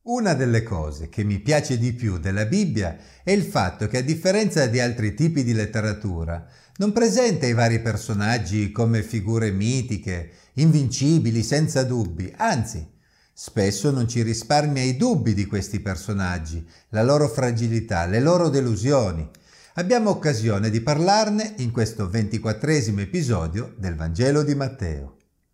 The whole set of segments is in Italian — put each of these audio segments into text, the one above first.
Una delle cose che mi piace di più della Bibbia è il fatto che, a differenza di altri tipi di letteratura, non presenta i vari personaggi come figure mitiche, invincibili, senza dubbi, anzi, spesso non ci risparmia i dubbi di questi personaggi, la loro fragilità, le loro delusioni. Abbiamo occasione di parlarne in questo 24esimo episodio del Vangelo di Matteo.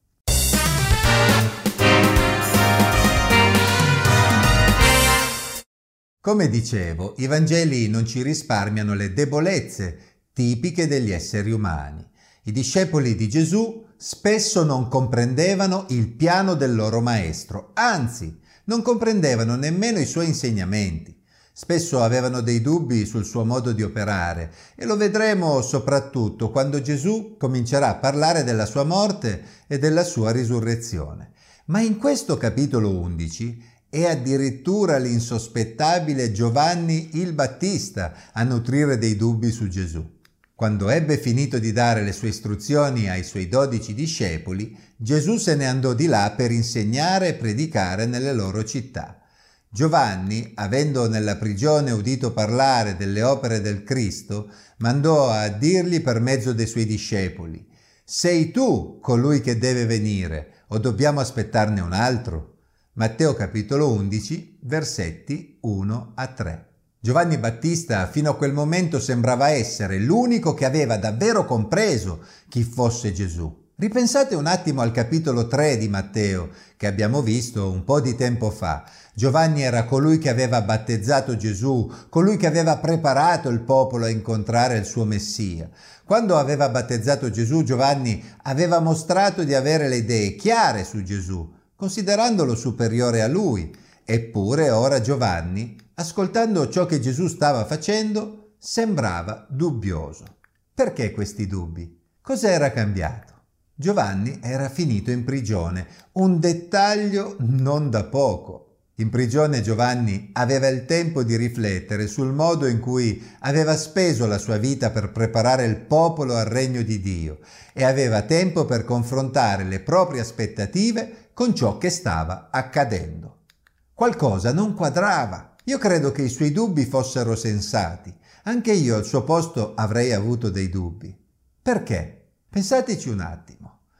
Come dicevo, i Vangeli non ci risparmiano le debolezze tipiche degli esseri umani. I discepoli di Gesù spesso non comprendevano il piano del loro maestro, anzi, non comprendevano nemmeno i suoi insegnamenti. Spesso avevano dei dubbi sul suo modo di operare e lo vedremo soprattutto quando Gesù comincerà a parlare della sua morte e della sua risurrezione. Ma in questo capitolo 11 è addirittura l'insospettabile Giovanni il Battista a nutrire dei dubbi su Gesù. Quando ebbe finito di dare le sue istruzioni ai suoi 12 discepoli, Gesù se ne andò di là per insegnare e predicare nelle loro città. Giovanni, avendo nella prigione udito parlare delle opere del Cristo, mandò a dirgli per mezzo dei suoi discepoli: «Sei tu colui che deve venire, o dobbiamo aspettarne un altro?» Matteo capitolo 11, versetti 1-3. Giovanni Battista fino a quel momento sembrava essere l'unico che aveva davvero compreso chi fosse Gesù. Ripensate un attimo al capitolo 3 di Matteo, che abbiamo visto un po' di tempo fa. Giovanni era colui che aveva battezzato Gesù, colui che aveva preparato il popolo a incontrare il suo Messia. Quando aveva battezzato Gesù, Giovanni aveva mostrato di avere le idee chiare su Gesù, considerandolo superiore a lui. Eppure ora Giovanni, ascoltando ciò che Gesù stava facendo, sembrava dubbioso. Perché questi dubbi? Cos'era cambiato? Giovanni era finito in prigione, un dettaglio non da poco. In prigione Giovanni aveva il tempo di riflettere sul modo in cui aveva speso la sua vita per preparare il popolo al regno di Dio e aveva tempo per confrontare le proprie aspettative con ciò che stava accadendo. Qualcosa non quadrava. Io credo che i suoi dubbi fossero sensati. Anche io al suo posto avrei avuto dei dubbi. Perché? Pensateci un attimo.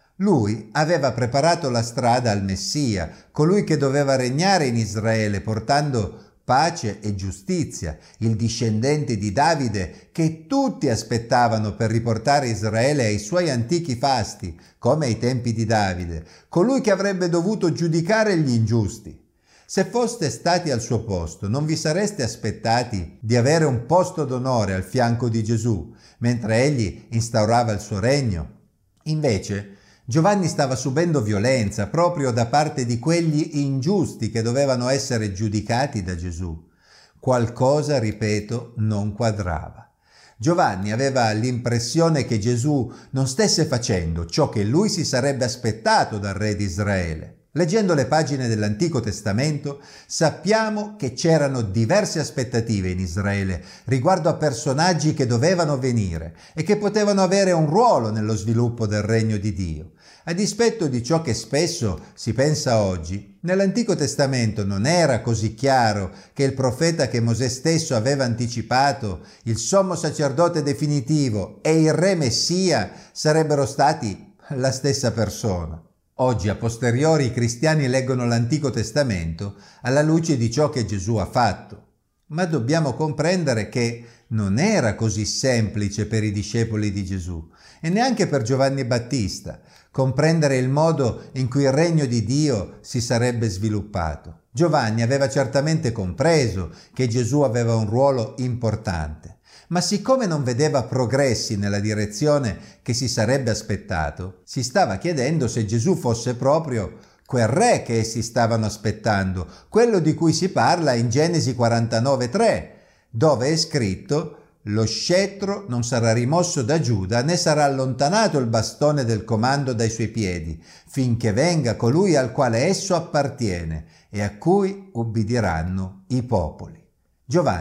Lui aveva preparato la strada al Messia, colui che doveva regnare in Israele portando pace e giustizia, il discendente di Davide che tutti aspettavano per riportare Israele ai suoi antichi fasti, come ai tempi di Davide, colui che avrebbe dovuto giudicare gli ingiusti. Se foste stati al suo posto, non vi sareste aspettati di avere un posto d'onore al fianco di Gesù, mentre egli instaurava il suo regno? Invece, Giovanni stava subendo violenza proprio da parte di quegli ingiusti che dovevano essere giudicati da Gesù. Qualcosa, ripeto, non quadrava. Giovanni aveva l'impressione che Gesù non stesse facendo ciò che lui si sarebbe aspettato dal re di Israele. Leggendo le pagine dell'Antico Testamento sappiamo che c'erano diverse aspettative in Israele riguardo a personaggi che dovevano venire e che potevano avere un ruolo nello sviluppo del regno di Dio. A dispetto di ciò che spesso si pensa oggi, nell'Antico Testamento non era così chiaro che il profeta che Mosè stesso aveva anticipato, il sommo sacerdote definitivo e il re Messia sarebbero stati la stessa persona. Oggi, a posteriori, i cristiani leggono l'Antico Testamento alla luce di ciò che Gesù ha fatto. Ma dobbiamo comprendere che non era così semplice per i discepoli di Gesù e neanche per Giovanni Battista comprendere il modo in cui il regno di Dio si sarebbe sviluppato. Giovanni aveva certamente compreso che Gesù aveva un ruolo importante, ma siccome non vedeva progressi nella direzione che si sarebbe aspettato, si stava chiedendo se Gesù fosse proprio quel re che essi stavano aspettando, quello di cui si parla in Genesi 49:3, dove è scritto: «Lo scettro non sarà rimosso da Giuda, né sarà allontanato il bastone del comando dai suoi piedi, finché venga colui al quale esso appartiene e a cui ubbidiranno i popoli». Giovanni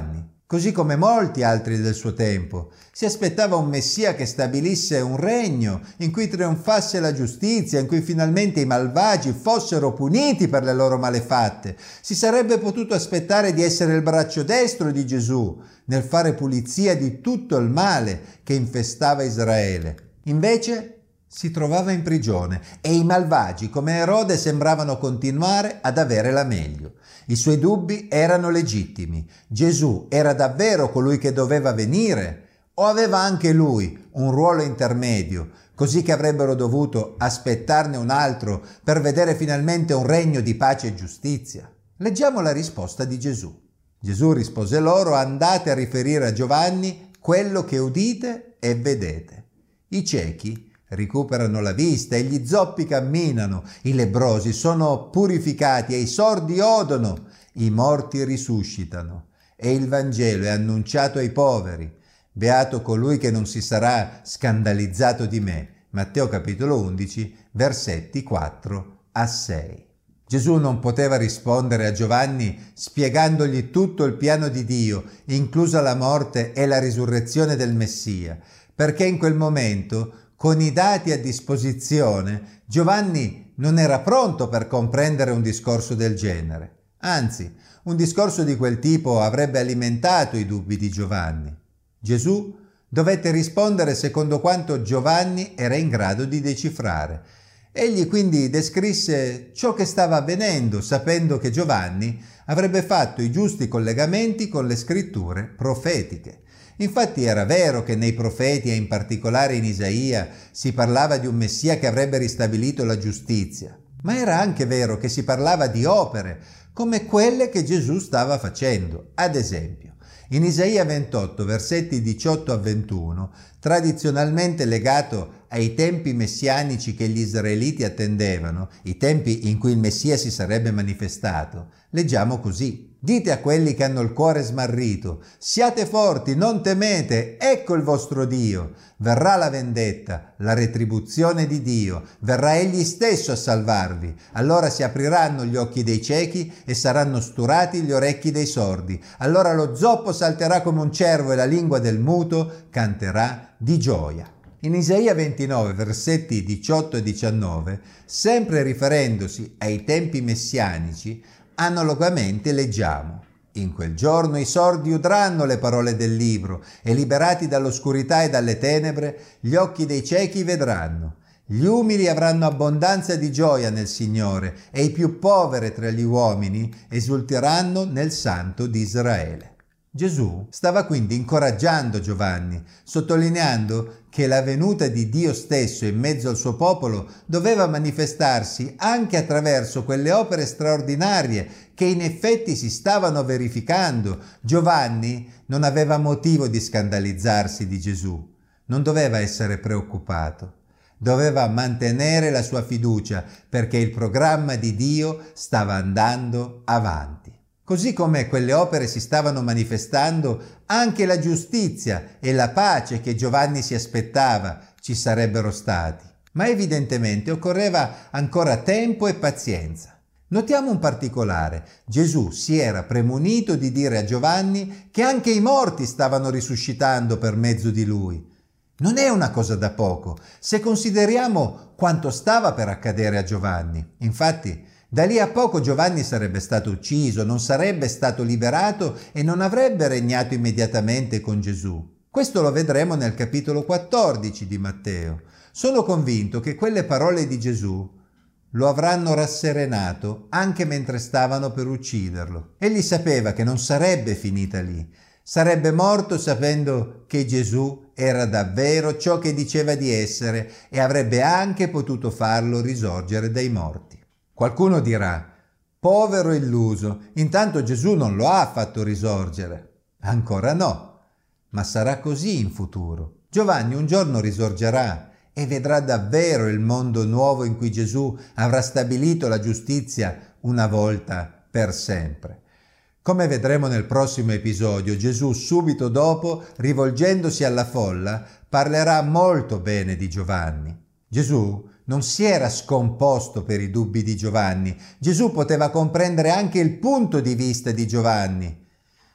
così come molti altri del suo tempo. Si aspettava un Messia che stabilisse un regno in cui trionfasse la giustizia, in cui finalmente i malvagi fossero puniti per le loro malefatte. Si sarebbe potuto aspettare di essere il braccio destro di Gesù nel fare pulizia di tutto il male che infestava Israele. Invece si trovava in prigione e i malvagi come Erode sembravano continuare ad avere la meglio. I suoi dubbi erano legittimi. Gesù era davvero colui che doveva venire? O aveva anche lui un ruolo intermedio, così che avrebbero dovuto aspettarne un altro per vedere finalmente un regno di pace e giustizia? Leggiamo la risposta di Gesù. Gesù rispose loro: andate a riferire a Giovanni quello che udite e vedete. I ciechi recuperano la vista e gli zoppi camminano, i lebbrosi sono purificati e i sordi odono, i morti risuscitano e il Vangelo è annunciato ai poveri. Beato colui che non si sarà scandalizzato di me. Matteo capitolo 11, versetti 4 a 6. Gesù non poteva rispondere a Giovanni spiegandogli tutto il piano di Dio, inclusa la morte e la risurrezione del Messia, perché in quel momento, con i dati a disposizione, Giovanni non era pronto per comprendere un discorso del genere. Anzi, un discorso di quel tipo avrebbe alimentato i dubbi di Giovanni. Gesù dovette rispondere secondo quanto Giovanni era in grado di decifrare. Egli quindi descrisse ciò che stava avvenendo, sapendo che Giovanni avrebbe fatto i giusti collegamenti con le scritture profetiche. Infatti era vero che nei profeti e in particolare in Isaia si parlava di un Messia che avrebbe ristabilito la giustizia, ma era anche vero che si parlava di opere come quelle che Gesù stava facendo. Ad esempio, in Isaia 28, versetti 18 a 21, tradizionalmente legato ai tempi messianici che gli israeliti attendevano, i tempi in cui il Messia si sarebbe manifestato, leggiamo così: dite a quelli che hanno il cuore smarrito, siate forti, non temete, ecco il vostro Dio. Verrà la vendetta, la retribuzione di Dio, verrà Egli stesso a salvarvi. Allora si apriranno gli occhi dei ciechi e saranno sturati gli orecchi dei sordi. Allora lo zoppo salterà come un cervo e la lingua del muto canterà di gioia. In Isaia 29, versetti 18 e 19, sempre riferendosi ai tempi messianici, analogamente leggiamo: in quel giorno i sordi udranno le parole del libro e liberati dall'oscurità e dalle tenebre gli occhi dei ciechi vedranno. Gli umili avranno abbondanza di gioia nel Signore e i più poveri tra gli uomini esulteranno nel Santo di Israele. Gesù stava quindi incoraggiando Giovanni, sottolineando che la venuta di Dio stesso in mezzo al suo popolo doveva manifestarsi anche attraverso quelle opere straordinarie che in effetti si stavano verificando. Giovanni non aveva motivo di scandalizzarsi di Gesù, non doveva essere preoccupato. Doveva mantenere la sua fiducia perché il programma di Dio stava andando avanti. Così come quelle opere si stavano manifestando, anche la giustizia e la pace che Giovanni si aspettava ci sarebbero stati. Ma evidentemente occorreva ancora tempo e pazienza. Notiamo un particolare: Gesù si era premunito di dire a Giovanni che anche i morti stavano risuscitando per mezzo di lui. Non è una cosa da poco, se consideriamo quanto stava per accadere a Giovanni. Infatti, da lì a poco Giovanni sarebbe stato ucciso, non sarebbe stato liberato e non avrebbe regnato immediatamente con Gesù. Questo lo vedremo nel capitolo 14 di Matteo. Sono convinto che quelle parole di Gesù lo avranno rasserenato anche mentre stavano per ucciderlo. Egli sapeva che non sarebbe finita lì. Sarebbe morto sapendo che Gesù era davvero ciò che diceva di essere e avrebbe anche potuto farlo risorgere dai morti. Qualcuno dirà: povero illuso, intanto Gesù non lo ha fatto risorgere. Ancora no, ma sarà così in futuro. Giovanni un giorno risorgerà e vedrà davvero il mondo nuovo in cui Gesù avrà stabilito la giustizia una volta per sempre. Come vedremo nel prossimo episodio, Gesù subito dopo, rivolgendosi alla folla, parlerà molto bene di Giovanni. Gesù non si era scomposto per i dubbi di Giovanni. Gesù poteva comprendere anche il punto di vista di Giovanni.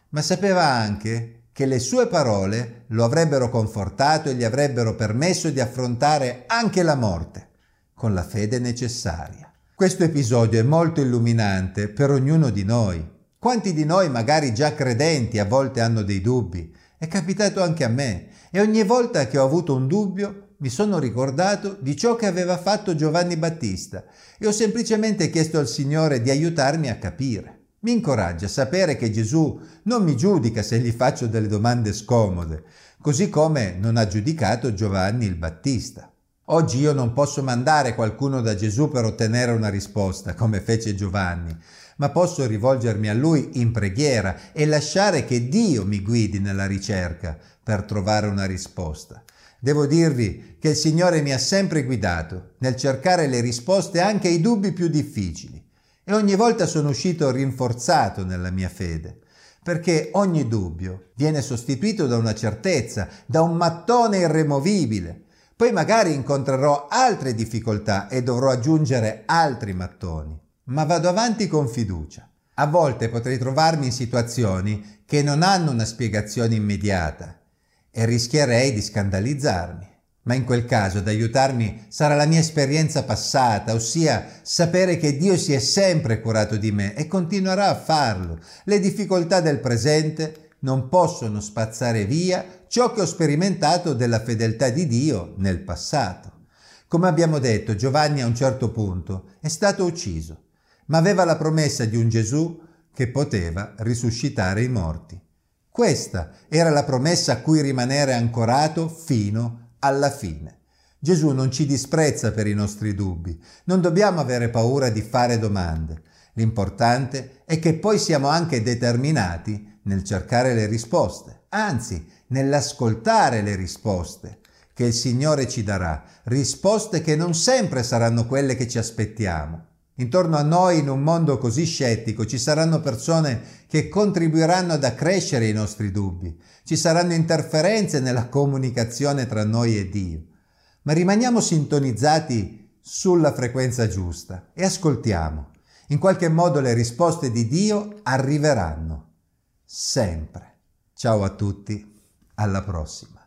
ma sapeva anche che le sue parole lo avrebbero confortato e gli avrebbero permesso di affrontare anche la morte con la fede necessaria. Questo episodio è molto illuminante per ognuno di noi. Quanti di noi, magari già credenti, a volte hanno dei dubbi? È capitato anche a me, e ogni volta che ho avuto un dubbio mi sono ricordato di ciò che aveva fatto Giovanni Battista e ho semplicemente chiesto al Signore di aiutarmi a capire. Mi incoraggia a sapere che Gesù non mi giudica se gli faccio delle domande scomode, così come non ha giudicato Giovanni il Battista. Oggi io non posso mandare qualcuno da Gesù per ottenere una risposta, come fece Giovanni, ma posso rivolgermi a Lui in preghiera e lasciare che Dio mi guidi nella ricerca per trovare una risposta. Devo dirvi che il Signore mi ha sempre guidato nel cercare le risposte anche ai dubbi più difficili e ogni volta sono uscito rinforzato nella mia fede, perché ogni dubbio viene sostituito da una certezza, da un mattone irremovibile. Poi magari incontrerò altre difficoltà e dovrò aggiungere altri mattoni, ma vado avanti con fiducia. A volte potrei trovarmi in situazioni che non hanno una spiegazione immediata e rischierei di scandalizzarmi. Ma in quel caso ad aiutarmi sarà la mia esperienza passata, ossia sapere che Dio si è sempre curato di me e continuerà a farlo. Le difficoltà del presente non possono spazzare via ciò che ho sperimentato della fedeltà di Dio nel passato. Come abbiamo detto, Giovanni a un certo punto è stato ucciso, ma aveva la promessa di un Gesù che poteva risuscitare i morti. Questa era la promessa a cui rimanere ancorato fino alla fine. Gesù non ci disprezza per i nostri dubbi, non dobbiamo avere paura di fare domande. L'importante è che poi siamo anche determinati nel cercare le risposte, anzi nell'ascoltare le risposte che il Signore ci darà, risposte che non sempre saranno quelle che ci aspettiamo. Intorno a noi, in un mondo così scettico, ci saranno persone che contribuiranno ad accrescere i nostri dubbi. Ci saranno interferenze nella comunicazione tra noi e Dio. Ma rimaniamo sintonizzati sulla frequenza giusta e ascoltiamo. In qualche modo le risposte di Dio arriveranno. Sempre. Ciao a tutti, alla prossima.